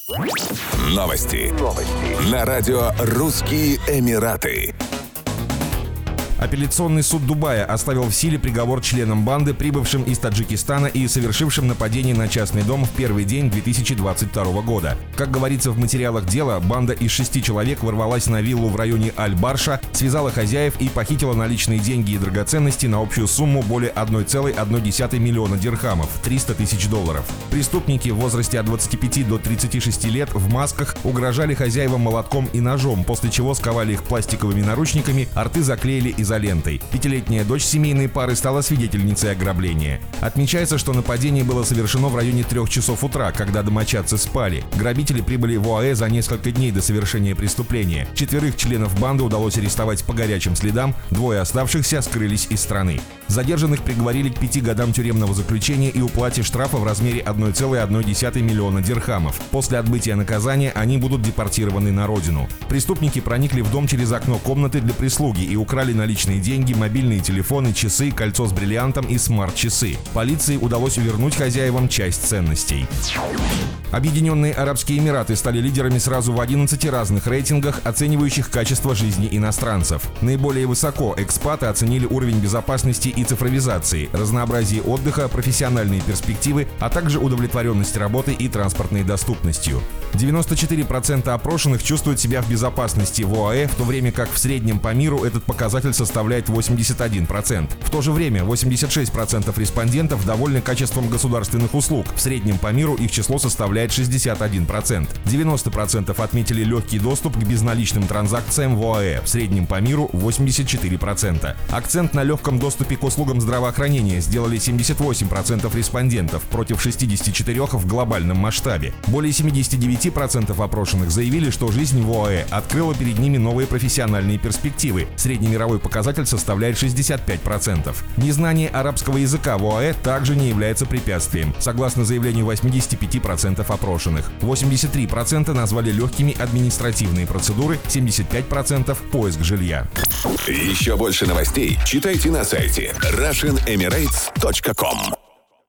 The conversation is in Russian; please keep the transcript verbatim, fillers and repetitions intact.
Новости. Новости. На радио «Русские Эмираты». Апелляционный суд Дубая оставил в силе приговор членам банды, прибывшим из Таджикистана и совершившим нападение на частный дом в первый день две тысячи двадцать второго года. Как говорится в материалах дела, банда из шести человек ворвалась на виллу в районе Аль-Барша, связала хозяев и похитила наличные деньги и драгоценности на общую сумму более одна целая одна десятая миллиона дирхамов – триста тысяч долларов. Преступники в возрасте от двадцати пяти до тридцати шести лет в масках угрожали хозяевам молотком и ножом, после чего сковали их пластиковыми наручниками, а рты заклеили из изолентой. Пятилетняя дочь семейной пары стала свидетельницей ограбления. Отмечается, что нападение было совершено в районе трех часов утра, когда домочадцы спали. Грабители прибыли в ОАЭ за несколько дней до совершения преступления. Четверых членов банды удалось арестовать по горячим следам, двое оставшихся скрылись из страны. Задержанных приговорили к пяти годам тюремного заключения и уплате штрафа в размере одна целая одна десятая миллиона дирхамов. После отбытия наказания они будут депортированы на родину. Преступники проникли в дом через окно комнаты для прислуги и украли наличные деньги, мобильные телефоны, часы, кольцо с бриллиантом и смарт-часы. Полиции удалось вернуть хозяевам часть ценностей. Объединенные Арабские Эмираты стали лидерами сразу в одиннадцати разных рейтингах, оценивающих качество жизни иностранцев. Наиболее высоко экспаты оценили уровень безопасности и цифровизации, разнообразие отдыха, профессиональные перспективы, а также удовлетворенность работой и транспортной доступностью. девяносто четыре процента опрошенных чувствуют себя в безопасности в ОАЭ, в то время как в среднем по миру этот показатель составляет восемьдесят один процент. В то же время восемьдесят шесть процентов респондентов довольны качеством государственных услуг. В среднем по миру их число составляет шестьдесят один процент. девяносто процентов отметили легкий доступ к безналичным транзакциям в ОАЭ. В среднем по миру восемьдесят четыре процента. Акцент на легком доступе к услугам здравоохранения сделали семьдесят восемь процентов респондентов против шестидесяти четырёх процентов в глобальном масштабе. Более семьдесят девять процентов опрошенных заявили, что жизнь в ОАЭ открыла перед ними новые профессиональные перспективы. Среднемировой показатель составляет шестьдесят пять процентов. Незнание арабского языка в ОАЭ также не является препятствием. Согласно заявлению восьмидесяти пяти процентов опрошенных, восемьдесят три процента назвали легкими административные процедуры, семьдесят пять процентов поиск жилья. Еще больше новостей читайте на сайте Russian Emirates точка ком.